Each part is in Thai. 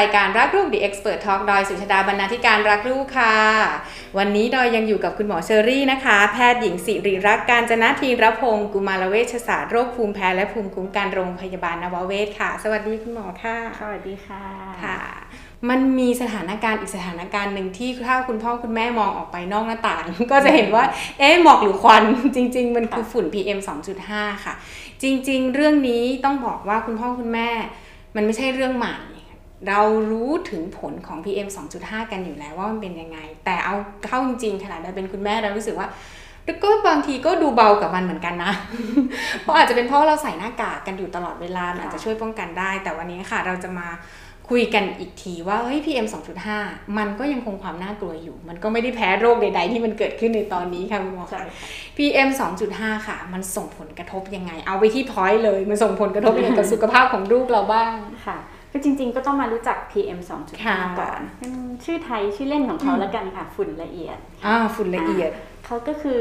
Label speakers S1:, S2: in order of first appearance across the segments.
S1: ายการรักลูก The Expert Talk ดอยสุชฎาบรรณาธิการรักลูกค่ะวันนี้ดอยยังอยู่กับคุณหมอเชอรี่นะคะแพทย์หญิงสิริรักษ์กาญจนธีรพงศ์กุมารเวชศาสตร์โรคภูมิแพ้และภูมิคุ้มกันโรงพยาบาลนวเวศค่ะสวัสดีคุณหมอค่ะ
S2: สวัสดีค่ะ
S1: ค่ะมันมีสถานการณ์อีกสถานการณ์หนึ่งที่ถ้าคุณพ่อคุณแม่มองออกไปนอกหน้าต่างก็จะเห็นว่าหมอกหรือควันจริงๆมันคือฝุ่น PM 2.5 ค่ะจริงๆเรื่องนี้ต้องบอกว่าคุณพ่อคุณแม่มันไม่ใช่เรื่องใหม่เรารู้ถึงผลของ PM 2.5 กันอยู่แล้วว่ามันเป็นยังไงแต่เอาเข้าจริงๆขนาดเราเป็นคุณแม่เรารู้สึกว่าก็บางทีก็ดูเบากับมันเหมือนกันนะ เพราะอาจจะเป็นเพราะเราใส่หน้ากากกันอยู่ตลอดเวลาอาจจะช่วยป้องกันได้แต่วันนี้ค่ะเราจะมาคุยกันอีกทีว่าPM 2.5 มันก็ยังคงความน่ากลัวอยู่มันก็ไม่ได้แพ้โรคใดๆที่มันเกิดขึ้นในตอนนี้ค่ะคุณหมอค่ะ PM 2.5 ค่ะมันส่งผลกระทบยังไงเอาไปที่พอยต์เลยมันส่งผลกระทบยังไงกับสุขภาพของลูกเราบ้าง
S2: ค่ะก็จริงๆก็ต้องมารู้จัก PM 2.5 ก่อนเป็นชื่อไทยชื่อเล่นของเขาแล้วกันค่ะฝุ่นละเอียด
S1: ฝุ่นละเอียด
S2: เขาก็คือ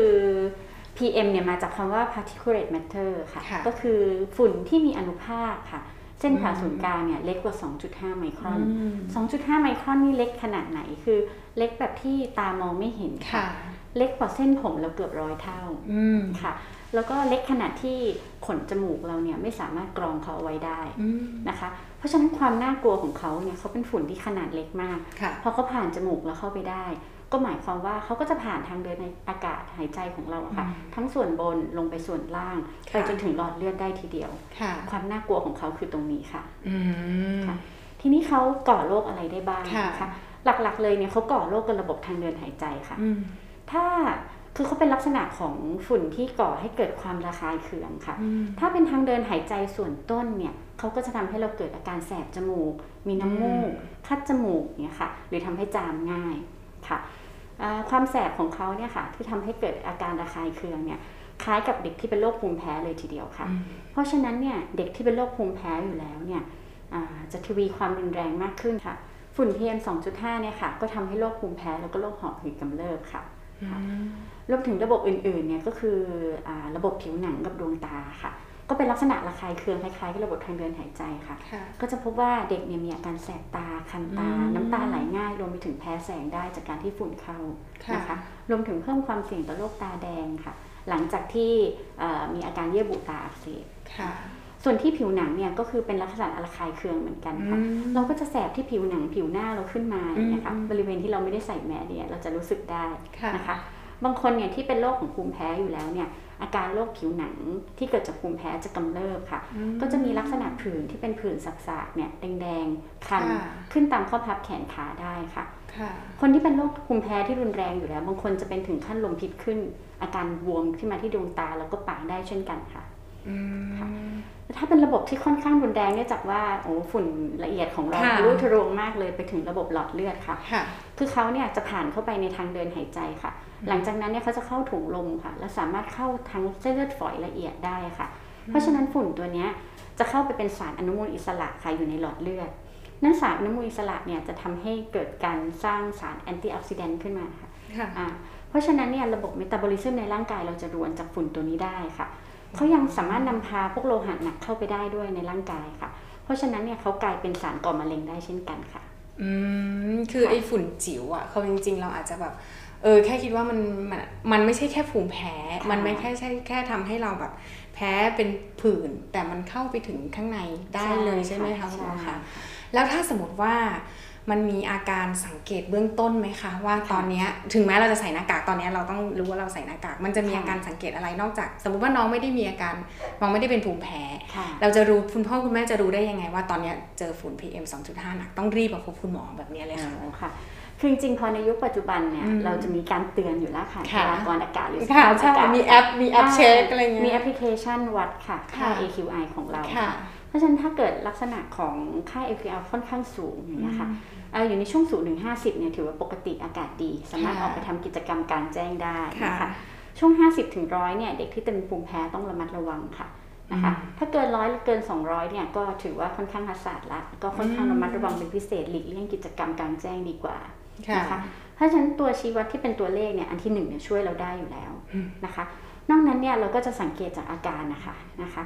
S2: PM เนี่ยมาจากคำว่า particulate matter ค่ะก็คือฝุ่นที่มีอนุภาคค่ะเส้นผ่าศูนย์กลางเนี่ยเล็กกว่า 2.5 ไมครอน 2.5 ไมครอนนี่เล็กขนาดไหนคือเล็กแบบที่ตามองไม่เห็นค่ะเล็กกว่าเส้นผมเราเกือบ100 เท่าค่ะแล้วก็เล็กขนาดที่ขนจมูกเราเนี่ยไม่สามารถกรองเขาเอาไว้ได้นะคะเพราะฉะนั้นความน่ากลัวของเขาเนี่ยเขาเป็นฝุ่นที่ขนาดเล็กมากพอเขาผ่านจมูกแล้วเข้าไปได้ก็หมายความว่าเขาก็จะผ่านทางเดินในอากาศหายใจของเราค่ะทั้งส่วนบนลงไปส่วนล่างไปจนถึงหลอดเลือดได้ทีเดียวความน่ากลัวของเขาคือตรงนี้ค่ะทีนี้เขาก่อโรคอะไรได้บ้างนะคะหลักๆเลยเนี่ยเขาก่อโรคกับระบบทางเดินหายใจค่ะคือเขาเป็นลักษณะของฝุ่นที่ก่อให้เกิดความระคายเคืองค่ะถ้าเป็นทางเดินหายใจส่วนต้นเนี่ยเขาก็จะทำให้เราเกิดอาการแสบจมูกมีน้ำมูกคัดจมูกเนี่ยค่ะหรือทำให้จามง่ายค่ะความแสบของเขาเนี่ยค่ะที่ทำให้เกิดอาการระคายเคืองเนี่ยคล้ายกับเด็กที่เป็นโรคภูมิแพ้เลยทีเดียวค่ะเพราะฉะนั้นเนี่ยเด็กที่เป็นโรคภูมิแพ้อยู่แล้วเนี่ยจะทวีความรุนแรงมากขึ้นค่ะฝุ่น PM 2.5 เนี่ยค่ะก็ทำให้โรคภูมิแพ้แล้วก็โรคหอบหืดกำเริบค่ะรวมถึงระบบอื่นๆเนี่ยก็คือระบบผิวหนังกับดวงตาค่ะก็เป็นลักษณะระคายเคืองคล้ายๆกับระบบทางเดินหายใจค่ะก็จะพบว่าเด็กเนี่ยมีอาการแสบตาคันตาน้ำตาไหลง่ายรวมไปถึงแพ้แสงได้จากการที่ฝุ่นเข้านะคะรวมถึงเพิ่มความเสี่ยงต่อโรคตาแดงค่ะหลังจากที่มีอาการเยื่อบุตาอักเสบส่วนที่ผิวหนังเนี่ยก็คือเป็นลักษณะระคายเคืองเหมือนกันค่ะเราก็จะแสบที่ผิวหนังผิวหน้าเราขึ้นมาเนี่ยค่ะบริเวณที่เราไม่ได้ใส่แมสเนี่ยเราจะรู้สึกได้นะคะบางคนเนี่ยที่เป็นโรคของภูมิแพ้อยู่แล้วเนี่ยอาการโรคผิวหนังที่เกิดจากภูมิแพ้จะกำเริบค่ะก็จะมีลักษณะผื่นที่เป็นผื่นสักๆเนี่ยแดงๆคันขึ้นตามข้อพับแขนขาได้ค่ะคนที่เป็นโรคภูมิแพ้ที่รุนแรงอยู่แล้วบางคนจะเป็นถึงขั้นลมพิษขึ้นอาการบวมขึ้นมาที่ดวงตาแล้วก็ปากได้เช่นกันค่ะถ้าเป็นระบบที่ค่อนข้างรุนแรงเนื่องจากว่าฝุ่นละเอียดของเราทะลุทะลวงมากเลยไปถึงระบบหลอดเลือดค่ะคือเขาเนี่ยจะผ่านเข้าไปในทางเดินหายใจค่ะหลังจากนั้นเนี่ยเขาจะเข้าถุงลมค่ะและสามารถเข้าทางเส้นเลือดฝอยละเอียดได้ค่ะเพราะฉะนั้นฝุ่นตัวนี้จะเข้าไปเป็นสารอนุมูลอิสระค่ะอยู่ในหลอดเลือดนั้นสารอนุมูลอิสระเนี่ยจะทำให้เกิดการสร้างสารแอนตี้ออกซิแดนต์ขึ้นมาค่ะเพราะฉะนั้นเนี่ยระบบเมตาบอลิซึมในร่างกายเราจะรวนจากฝุ่นตัวนี้ได้ค่ะเขายังสามารถนำพาพวกโลหะหนักเข้าไปได้ด้วยในร่างกายค่ะเพราะฉะนั้นเนี่ยเขากลายเป็นสารก่อมะเร็งได้เช่นกันค่ะ
S1: คือไอ้ฝุ่นจิ๋วอ่ะเขาจริงๆเราอาจจะแบบแค่คิดว่ามันไม่ใช่แค่ภูมิแพ้มันไม่ใช่แค่ทำให้เราแบบแพ้เป็นผื่นแต่มันเข้าไปถึงข้างในได้เลยใช่ไหมคะคุณหมอคะแล้วถ้าสมมติว่ามันมีอาการสังเกตเบื้องต้นไหมคะว่าตอนนี้ถึงแม้เราจะใส่หน้ากากตอนนี้เราต้องรู้ว่าเราใส่หน้ากากมันจะมีอาการสังเกตอะไรนอกจากสมมติว่าน้องไม่ได้มีอาการน้องไม่ได้เป็นภูมิแพ้เราจะรู้คุณพ่อคุณแม่จะรู้ได้ยังไงว่าตอนนี้เจอฝุ่น PM 2.5 หนักต้องรีบมาพบคุณหมอแบบนี้เลย
S2: ค่ะคือจริงๆพอในยุคปัจจุบันเนี่ยเราจะมีการเตือนอยู่แล้วค่ะพยากรณ์อากาศหรือสภาพอากาศ
S1: มีแอปเช็คอะไรเงี้ย
S2: มีแอปพลิเคชันวัดค่ะค่า AQI ของเราเพราะฉะนั้นถ้าเกิดลักษณะของค่า AQI ค่อนข้างสูงอย่างเงี้ยค่ะอยู่ในช่วง0-50เนี่ยถือว่าปกติอากาศดีสามารถออกไปทำกิจกรรมกลางแจ้งได้นะคะช่วง50-100เนี่ยเด็กที่เป็นภูมิแพ้ต้องระมัดระวังค่ะนะคะถ้าเกิน100เกิน200เนี่ยก็ถือว่าค่อนข้างหัสาดละก็ค่อนข้างระมัดระวังเป็นพิเศษหลีกเลี่ยงกิจกรรมกลางแจ้งดีกว่านะคะเพราะฉะนั้นตัวชี้วัดที่เป็นตัวเลขเนี่ยอันที่1เนี่ยช่วยเราได้อยู่แล้วนะคะนอกนั้นเนี่ยเราก็จะสังเกตจากอาการนะคะ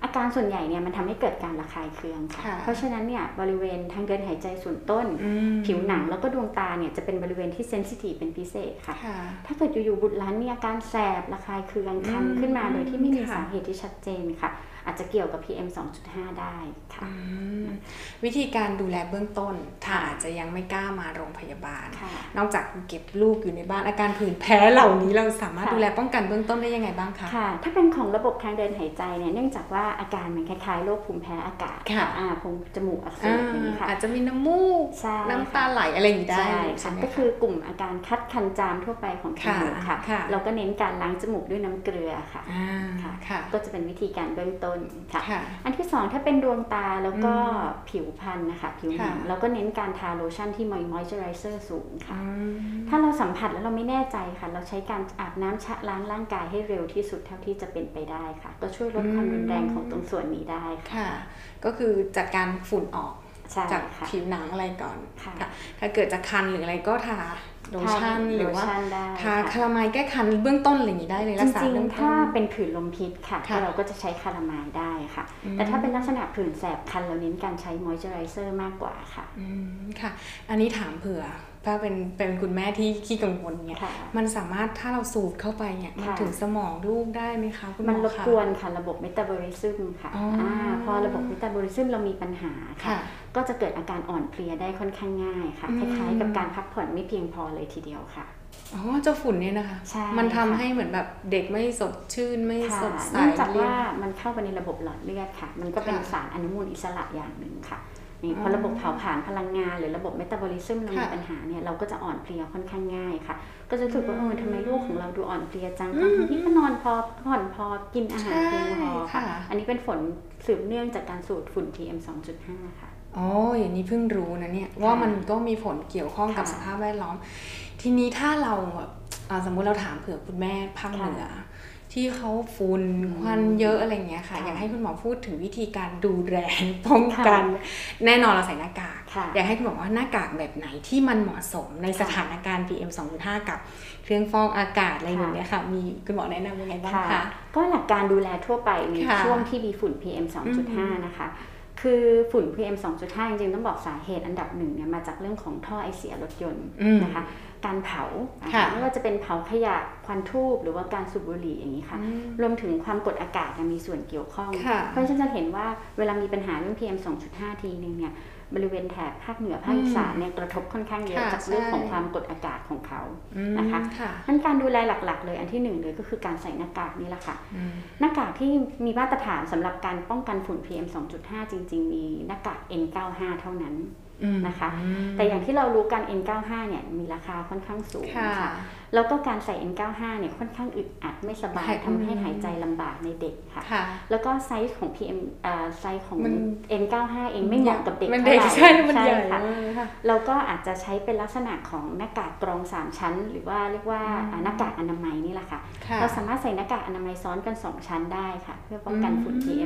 S2: อาการส่วนใหญ่เนี่ยมันทำให้เกิดการระคายเคืองค่ะเพราะฉะนั้นเนี่ยบริเวณทางเดินหายใจส่วนต้นผิวหนังแล้วก็ดวงตาเนี่ยจะเป็นบริเวณที่เซนซิทีฟเป็นพิเศษค่ะถ้าเกิดอยู่ๆบุตรหลานมีอาการแสบระคายเคืองคันขึ้นมาโดยที่ไม่มีสาเหตุที่ชัดเจนค่ะอาจจะเกี่ยวกับ PM 2.5 ได้ค่ะ
S1: วิธีการดูแลเบื้องต้นถ้าอาจจะยังไม่กล้ามาโรงพยาบาลนอกจากเก็บลูกอยู่ในบ้านอาการผื่นแพ้เหล่านี้เราสามารถดูแลป้องกันเบื้องต้นได้ยังไงบ้างคะ
S2: ค่ะถ้าเป็นของระบบทางเดินหายใจเนี่ยเนื่องจากว่าอาการมันคล้ายๆโรคภูมิแพ้อากาศภูมิจมูกอักเสบอย่างนี้ค่ะ
S1: อาจจะมีน้ำมูกน้ำตาไหลอะไรอย่างนี้ได้
S2: ใช่ก็คือกลุ่มอาการคัดคันจามทั่วไปของจมูกค่ะเราก็เน้นการล้างจมูกด้วยน้ำเกลือค่ะก็จะเป็นวิธีการเบื้องต้นค่ะอันที่2ถ้าเป็นดวงตาแล้วก็ผิวพรรณนะคะผิวหนังเราก็เน้นการทาโลชั่นที่มอยเจอไรเซอร์สูงค่ะถ้าเราสัมผัสแล้วเราไม่แน่ใจค่ะเราใช้การอาบน้ำชะล้างร่างกายให้เร็วที่สุดเท่าที่จะเป็นไปได้ค่ะก็ช่วยลดความรุนแรงของตรงส่วนนี้ได้ค่ะ
S1: ก็คือจัดการฝุ่นออกจากผิวหนังอะไรก่อนถ้าเกิดจะคันหรืออะไรก็ทาโลชั่นหรือว่าทาคาราไมล์แก้คันเบื้องต้นอะไรอย่างนี้ได้เลยรักษา
S2: จริงๆถ้าเป็นผื่นลมพิษค่ะเราก็จะใช้คาราไมล์ได้ค่ะแต่ถ้าเป็นลักษณะผื่นแสบคันเราเน้นการใช้มอยเจอไรเซอร์มากกว่าค่ะ
S1: ค่ะอันนี้ถามเผื่อถ้าเป็นคุณแม่ที่ขี้กังวลเนี่ยมันสามารถถ้าเราสูดเข้าไปเนี่ยมันถึงสมองลูกได้ไหมคะคุณหมอคะ
S2: มันรบกวนค่ะระบบเมตาบอลิซึมค่ะพอระบบเมตาบอลิซึมเรามีปัญหาค่ะก็จะเกิดอาการอ่อนเพลียได้ค่อนข้างง่ายค่ะคล้ายๆกับการพักผ่อนไม่เพียงพอเลยทีเดียวค่ะ
S1: เจ้าฝุ่นเนี่ยนะคะมันทำให้เหมือนแบบเด็กไม่สดชื่นไม่สดใส
S2: เนื่องจากว่ามันเข้าไปในระบบหลอดเลือดค่ะมันก็เป็นสารอนุมูลอิสระอย่างหนึ่งค่ะพอระบบเผาผลาญพลังงานหรือระบบเมตาบอลิซึมเรามีปัญหาเนี่ยเราก็จะอ่อนเพลียค่อนข้างง่ายค่ะก็จะรู้สึกว่าทำไมลูกของเราดูอ่อนเพลียจังที่ก็นอนพอผ่อนพอกินอาหารเพียงพอค่ะอันนี้เป็นผลสืบเนื่องจากการสูดฝุ่น PM 2.5 ค่ะ
S1: อย่างนี้เพิ่งรู้นะเนี่ยว่ามันก็มีผลเกี่ยวข้องกับสภาพแวดล้อมทีนี้ถ้าเราสมมุติเราถามเผื่อคุณแม่ภาคเหนือที่เขาฝุ่นควันเยอะอะไรเงี้ยค่ะอยากให้คุณหมอพูดถึงวิธีการดูแลป้องกันแน่นอนเราใส่หน้ากากอยากให้คุณหมอว่าหน้ากากแบบไหนที่มันเหมาะสมในสถานการณ์ PM 2.5 กับเครื่องฟอกอากาศอะไรอย่างเงี้ยค่ะมีคุณหมอแนะนำยังไงบ้างคะ
S2: ก็หลักการดูแลทั่วไปในช่วงที่มีฝุ่น PM 2.5 นะคะคือฝุ่น PM 2.5 จริงๆต้องบอกสาเหตุอันดับหนึ่งเนี่ยมาจากเรื่องของท่อไอเสียรถยนต์นะคะการเผาไม่ว่าจะเป็นเผาขยะควันทูบหรือว่าการสูบบุหรี่อย่างนี้ค่ะรวมถึงความกดอากาศมีส่วนเกี่ยวข้องเพราะฉะนั้นจะเห็นว่าเวลามีปัญหาเรื่อง PM 2.5 ทีนึงเนี่ยบริเวณแถบภาคเหนือภาคอีสานเนี่ยกระทบค่อนข้างเยอะจากเรื่องของความกดอากาศของเขานะคะนั้นการดูแลหลักๆเลยอันที่หนึ่งเลยก็คือการใส่หน้ากากนี่แหละค่ะหน้ากากที่มีมาตรฐานสำหรับการป้องกันฝุ่น PM 2.5 จริงๆมีหน้ากาก N95 เท่านั้นนะคะแต่อย่างที่เรารู้กัน N95 เนี่ยมีราคาค่อนข้างสูงค่ะแล้วก็การใส่ N95 เนี่ยค่อนข้างอึดอัดไม่สบายทำให้หายใจลำบากในเด็กค่ะแล้วก็ไซส์ของ PM ไซส์ของ N95 เองไม่เหมาะกับเด็กเท่าไหร่
S1: ใช่ค่ะ
S2: เราก็อาจจะใช้เป็นลักษณะของหน้ากากกรอง3ชั้นหรือว่าเรียกว่าหน้ากากอนามัยนี่แหละค่ะเราสามารถใส่หน้ากากอนามัยซ้อนกัน2ชั้นได้ค่ะเพื่อป้องกันฝุ่น PM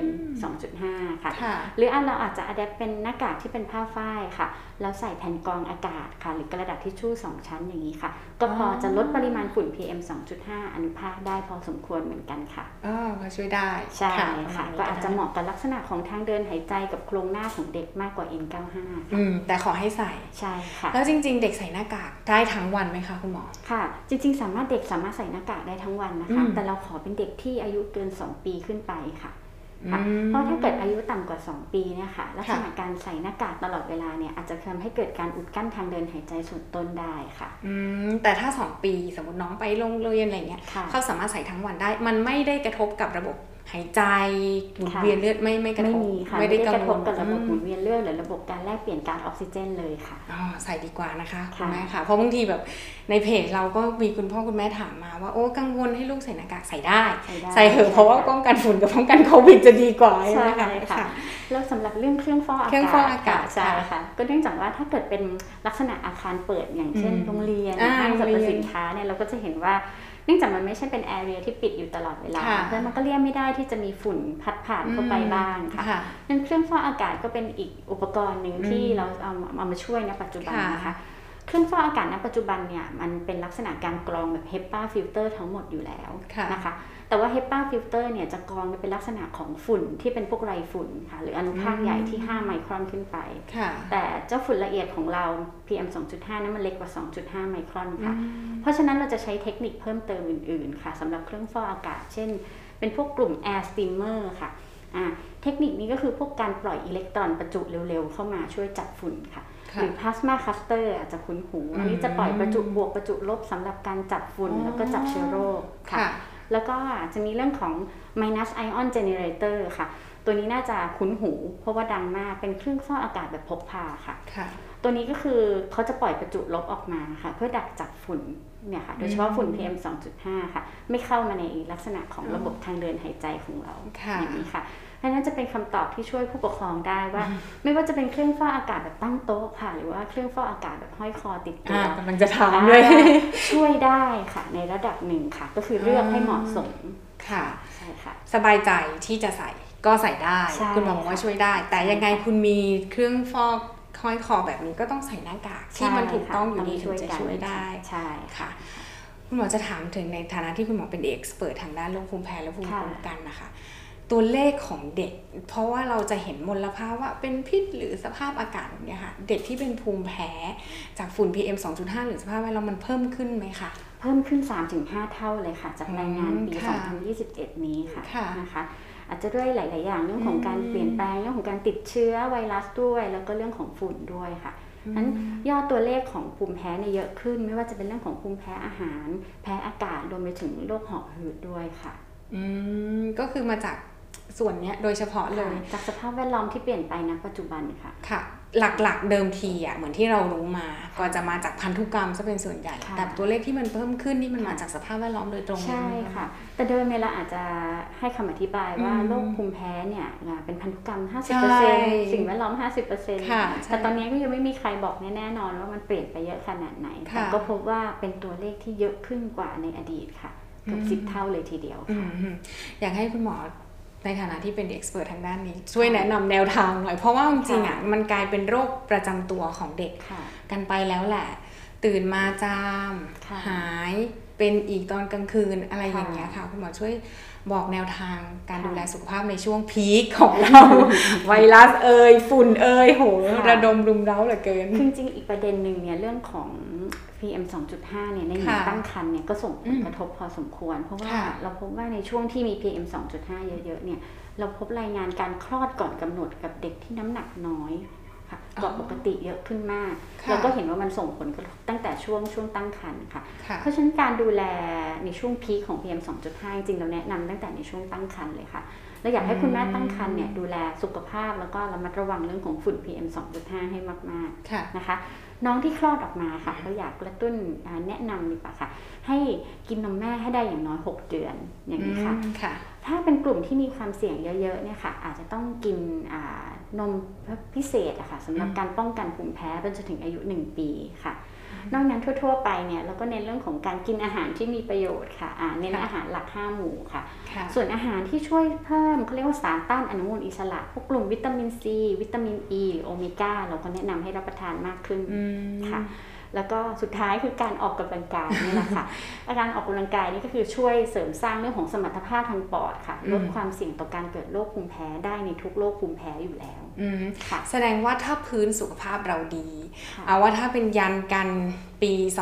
S2: 2.5 ค่ะหรือเราอาจจะอัดแอปเป็นหน้ากากที่เป็นผ้าฝ้ายค่ะแล้วใส่แผ่นกรองอากาศค่ะหรือกระดาษทิชชู่2ชั้นอย่างนี้ค่ะก็พอจะลดปริมาณฝุ่น PM 2.5 อนุภาคได้พอสมควรเหมือนกันค่ะ
S1: ก็ช่วยได้
S2: ใช่ค่ะก็อาจจะเหมาะกับลักษณะของทางเดินหายใจกับโครงหน้าของเด็กมากกว่า N95
S1: แต่ขอให้ใส่
S2: ใช่ค่ะ
S1: แล้วจริงๆเด็กใส่หน้ากากได้ทั้งวันไหมคะคุณหมอ
S2: ค่ะจริงๆเด็กสามารถใส่หน้ากากได้ทั้งวันนะคะแต่เราขอเป็นเด็กที่อายุเกิน2ปีขึ้นไปค่ะเพราะถ้าเกิดอายุต่ำกว่า2ปีเนี่ยค่ะลักษณะการใส่หน้ากากตลอดเวลาเนี่ยอาจจะทำให้เกิดการอุดกั้นทางเดินหายใจส่วนต้นได้ค่ะ
S1: แต่ถ้า2ปีสมมติน้องไปโรงเรียนอะไรเงี้ยเขาสามารถใส่ทั้งวันได้มันไม่ได้กระทบกับระบบหายใจหมุนเวียนเลือดไม่กระทบ
S2: ไม่ได้กระทบกับระบบหมุนเวียนเลือดหรือระบบการแลกเปลี่ยนก๊าซออกซิเจนเลยค่ะ
S1: ใส่ดีกว่านะคะคุณแม่ค่ะเพราะบางทีแบบในเพจเราก็มีคุณพ่อคุณแม่ถามมาว่ากังวลให้ลูกใส่หน้ากากใส่ได้ใส่เถอะเพราะว่าป้องกันฝุ่นกับป้องกันโควิดจะดีกว่า
S2: ใช่ไหมคะแล้วสำหรับเรื่องเครื่องฟอกอากาศใช่ค่ะก็เนื่องจากว่าถ้าเกิดเป็นลักษณะอาคารเปิดอย่างเช่นโรงเรียนห้างสรรพสินค้าเนี่ยเราก็จะเห็นว่าเนื่องจากมันไม่ใช่เป็นแอเรียที่ปิดอยู่ตลอดเวลาเพราะมันก็เลี่ยงไม่ได้ที่จะมีฝุ่นพัดผ่านเข้าไปบ้างค่ะนั้นเครื่องฟอกอากาศก็เป็นอีกอุปกรณ์หนึ่งที่เราเอามาช่วยในปัจจุบันนะคะเครื่องฟอกอากาศณปัจจุบันเนี่ยมันเป็นลักษณะการกรองแบบ HEPA ฟิลเตอร์ทั้งหมดอยู่แล้วนะคะแต่ว่า HEPA ฟิลเตอร์เนี่ยจะกรองเป็นลักษณะของฝุ่นที่เป็นพวกไรฝุ่นค่ะหรืออนุภาคใหญ่ที่5ไมครอนขึ้นไปแต่เจ้าฝุ่นละเอียดของเรา PM 2.5 นั้นมันเล็กกว่า 2.5 ไมครอนค่ะเพราะฉะนั้นเราจะใช้เทคนิคเพิ่มเติมอื่นๆค่ะสำหรับเครื่องฟอกอากาศเช่นเป็นพวกกลุ่ม Air Steamer ค่ะเทคนิคนี้ก็คือพวกการปล่อยอิเล็กตรอนประจุเร็วๆเข้ามาช่วยจับฝุ่นค่ะหรือ Plasma Cluster อาจจะคุ้นหูอันนี้จะปล่อยประจุบวกประจุลบสำหรับการจับฝุ่นแล้วก็จับเชื้อโรคค่ะแล้วก็จะมีเรื่องของ Minus Ion Generator ค่ะตัวนี้น่าจะคุ้นหูเพราะว่าดังมากเป็นเครื่องฟอกอากาศแบบพกพาค่ะตัวนี้ก็คือเขาจะปล่อยประจุลบออกมาค่ะเพื่อดักจับฝุ่นเนี่ยค่ะโดยเฉพาะฝุ่น PM 2.5 ค่ะไม่เข้ามาในลักษณะของระบบทางเดินหายใจของเราอย่างนี้ค่ะเพราะนั้นจะเป็นคำตอบที่ช่วยผู้ปกครองได้ว่าไม่ว่าจะเป็นเครื่องฟอกอากาศแบบตั้งโต๊ะค่ะหรือว่าเครื่องฟอกอากาศแบบห้อยคอติดตัว
S1: กำลังจะถามด้วย
S2: ช่วยได้ค่ะในระดับหนึ่งค่ะก็คือเลือกให้เหมาะสม
S1: ค่ะใช่ค่ะสบายใจที่จะใส่ก็ใส่ได้คุณหมอบอกว่าช่วยได้แต่ยังไงคุณมีเครื่องฟอกห้อยคอแบบนี้ก็ต้องใส่หน้ากากที่มันถูกต้องอยู่ดีถึงจะช่วยได้
S2: ใช่
S1: ค่ะคุณหมอจะถามถึงในฐานะที่คุณหมอเป็นเอ็กซ์เพิร์ททางด้านโรคภูมิแพ้และภูมิคุ้มกันนะคะตัวเลขของเด็กเพราะว่าเราจะเห็นมลภาวะเป็นพิษหรือสภาพอากาศแบบนี้ค่ะเด็กที่เป็นภูมิแพ้จากฝุ่น PM 2.5 หรือสภาพแวดล้อมมันเพิ่มขึ้นไหมคะ
S2: เพิ่มขึ้น 3-5 เท่าเลยค่ะจากรายงานปี 2021 นี้ค่ะนะคะอาจจะด้วยหลายๆอย่างเรื่องของการเปลี่ยนแปลงเรื่องของการติดเชื้อไวรัสด้วยแล้วก็เรื่องของฝุ่นด้วยค่ะนั้นยอดตัวเลขของภูมิแพ้เนี่ยเยอะขึ้นไม่ว่าจะเป็นเรื่องของภูมิแพ้อาหารแพ้อากาศรวมไปถึงโรคหอบหืดด้วยค่ะ
S1: ก็คือมาจากส่วนนี้โดยเฉพาะเลย
S2: จากสภาพแวดล้อมที่เปลี่ยนไปณปัจจุบันค่ะ
S1: ค่ะหลักๆเดิมทีอ่ะเหมือนที่เรารู้มาก็จะมาจากพันธุกรรมซะเป็นส่วนใหญ่แต่ตัวเลขที่มันเพิ่มขึ้นนี่มันมาจากสภาพแวดล้อมโดยตรง
S2: ใช่ค่ะแต่เดิมเนี่ยเราอาจจะให้คำอธิบายว่าโรคภูมิแพ้เนี่ยเป็นพันธุกรรม 50% สิ่งแวดล้อม 50% แต่ตอนนี้ก็ยังไม่มีใครบอกแน่นอนว่ามันเปลี่ยนไปเยอะขนาดไหนแต่ก็พบว่าเป็นตัวเลขที่เยอะขึ้นกว่าในอดีตค่ะเกือบ10 เท่าเลยทีเดียวค่ะ
S1: อยากให้คุณหมอในฐานะที่เป็นเอ็กซ์เพิร์ททางด้านนี้ช่วยแนะนำแนวทางหน่อยเพราะว่าจริงๆอ่ะมันกลายเป็นโรคประจำตัวของเด็กกันไปแล้วแหละตื่นมาจามหายเป็นอีกตอนกลางคืนอะไรอย่างเงี้ยค่ะคุณหมอช่วยบอกแนวทางการดูแลสุขภาพในช่วงพีคของเราไวรัสฝุ่นโหระดมรุมเร้าเหลือเกิน
S2: จริงๆอีกประเด็นหนึ่งเนี่ยเรื่องของ PM 2.5 เนี่ยในหญิงตั้งครรภ์เนี่ยก็ส่งผลกระทบพอสมควรเพราะว่าเราพบว่าในช่วงที่มี PM 2.5 เยอะๆเนี่ยเราพบรายงานการคลอดก่อนกำหนดกับเด็กที่น้ำหนักน้อยค่ะกว่าปกติเยอะขึ้นมากแล้วก็เห็นว่ามันส่งผลกระทบตั้งแต่ช่วงตั้งครรภ์ค่ะเพราะฉะนั้นการดูแลในช่วงพีคของ PM 2.5 จริงๆเราแนะนำตั้งแต่ในช่วงตั้งครรภ์เลยค่ะเราอยากให้คุณแม่ตั้งครรภ์เนี่ยดูแลสุขภาพแล้วก็ระมัดระวังเรื่องของฝุ่น PM 2.5 ให้มากๆนะคะน้องที่คลอดออกมาค่ะเราอยากกระตุ้นแนะนำดีกว่าค่ะให้กินนมแม่ให้ได้อย่างน้อย6 เดือนอย่างนี้ค่ะถ้าเป็นกลุ่มที่มีความเสี่ยงเยอะๆเนี่ยค่ะอาจจะต้องกินนมพิเศษอะค่ะสำหรับการป้องกันภูมิแพ้จนถึงอายุ1 ปีค่ะนอกนั้นทั่วๆไปเนี่ยเราก็เน้นเรื่องของการกินอาหารที่มีประโยชน์ค่ะเน้นอาหารหลัก5 หมู่ค่ะส่วนอาหารที่ช่วยเพิ่มเขาเรียกว่าสารต้านอนุมูลอิสระพวกกลุ่มวิตามินซีวิตามินอีหรือโอเมก้าเราก็แนะนำให้รับประทานมากขึ้นค่ะแล้วก็สุดท้ายคือการออกกำลังกายนี่แหละค่ะการออกกำลังกายนี่ก็คือช่วยเสริมสร้างเรื่องของสมรรถภาพทางปอดค่ะลดความเสี่ยงต่อการเกิดโรคภูมิแพ้ได้ในทุกโรคภูมิแพ้อยู่แล้ว
S1: ค่ะแสดงว่าถ้าพื้นสุขภาพเราดีเอาว่าถ้าเป็นยันกันปี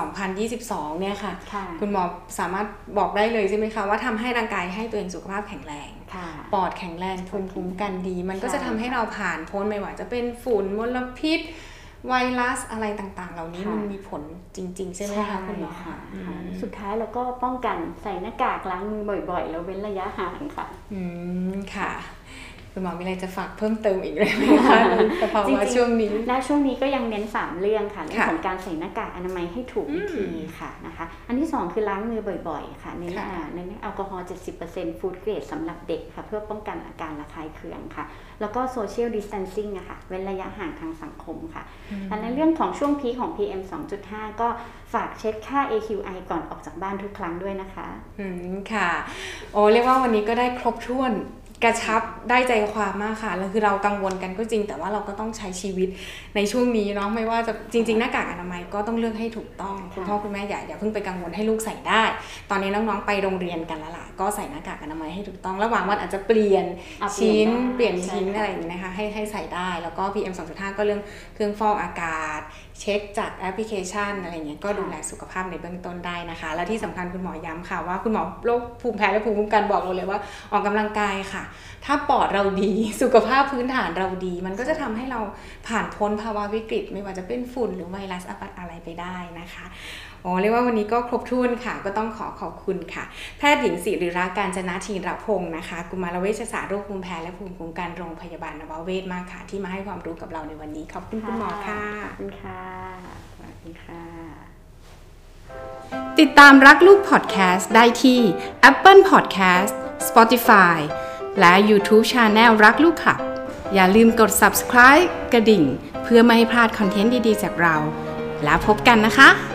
S1: 2022 เนี่ยค่ะคุณหมอสามารถบอกได้เลยใช่ไหมคะว่าทำให้ร่างกายให้ตัวเองสุขภาพแข็งแรงปอดแข็งแรงภูมิคุ้มกันดีมันก็จะทำให้เราผ่านพ้นไม่ว่าจะเป็นฝุ่นมลพิษไวรัสอะไรต่างๆเหล่านี้มันมีผลจริงๆใช่ไหมคะคุณหมอคะ
S2: สุดท้ายเราก็ป้องกันใส่หน้ากากล้างมือบ่อยๆแล้วเว้นระยะห่างค่ะ
S1: ค่ะคุณหมอมีอะไรจะฝากเพิ่มเติมอีกไหมคะในภาวะช่วงนี้
S2: และช่วงนี้ก็ยังเน้น3 เรื่องค่ะเรื่องของการใส่หน้ากากอนามัยให้ถูกวิธีค่ะนะคะอันที่2คือล้างมือบ่อยๆค่ะเน้นแอลกอฮอล์ 70% ฟู้ดเกรดสำหรับเด็กค่ะเพื่อป้องกันอาการระคายเคืองค่ะแล้วก็โซเชียลดิสแทนซิ่งอะค่ะเว้นระยะห่างทางสังคมค่ะและในเรื่องของช่วงพีคของ PM 2.5 ก็ฝากเช็คค่า AQI ก่อนออกจากบ้านทุกครั้งด้วยนะคะ
S1: ค่ะโอ้เรียกว่าวันนี้ก็ได้ครบถ้วนกระชับได้ใจความมากค่ะแล้วคือเรากังวลกันก็จริงแต่ว่าเราก็ต้องใช้ชีวิตในช่วงนี้เนาะไม่ว่าจะจริงๆหน้ากากอนามัยก็ต้องเลือกให้ถูกต้องคุณพ่อคุณแม่อย่าเพิ่งไปกังวลให้ลูกใส่ได้ตอนนี้น้องๆไปโรงเรียนกันแล้วล่ะก็ใส่หน้ากากอนามัยให้ถูกต้องระหว่างวันอาจจะเปลี่ยนชิ้นเปลี่ยนชิ้นอะไรอย่างนี้นะคะให้ใส่ได้แล้วก็ PM 2.5 ก็เรื่องเครื่องฟอกอากาศเช็คจากแอปพลิเคชันอะไรเงี้ยก็ดูแลสุขภาพในเบื้องต้นได้นะคะและที่สำคัญคุณหมอย้ำค่ะว่าคุณหมอโรคภูมิแพ้และภูมิคุ้มกันบอกเราเลยว่าออกกำลังกายค่ะถ้าปอดเราดีสุขภาพพื้นฐานเราดีมันก็จะทำให้เราผ่านพ้นภาวะวิกฤตไม่ว่าจะเป็นฝุ่นหรือไวรัสอะไรไปได้นะคะเรียกว่าวันนี้ก็ครบถ้วนค่ะก็ต้องขอบคุณค่ะแพทย์หญิงศิริรักษ์ กาญจนาธีรพงศ์นะคะกุมารเวชศาสตร์โรคภูมิแพ้และภูมิคุ้มกันโรงพยาบาลนวเวศมากค่ะที่มาให้ความรู้กับเราในวันนี้ขอบคุณคุณหมอค่ะ
S2: ขอบคุณค่ะสวัสดีค่ะ
S1: ติดตามรักลูกพอดแคสต์ได้ที่ Apple Podcast Spotify และ YouTube Channel รักลูกค่ะอย่าลืมกด Subscribe กระดิ่งเพื่อไม่ให้พลาดคอนเทนต์ดีๆจากเราแล้วพบกันนะคะ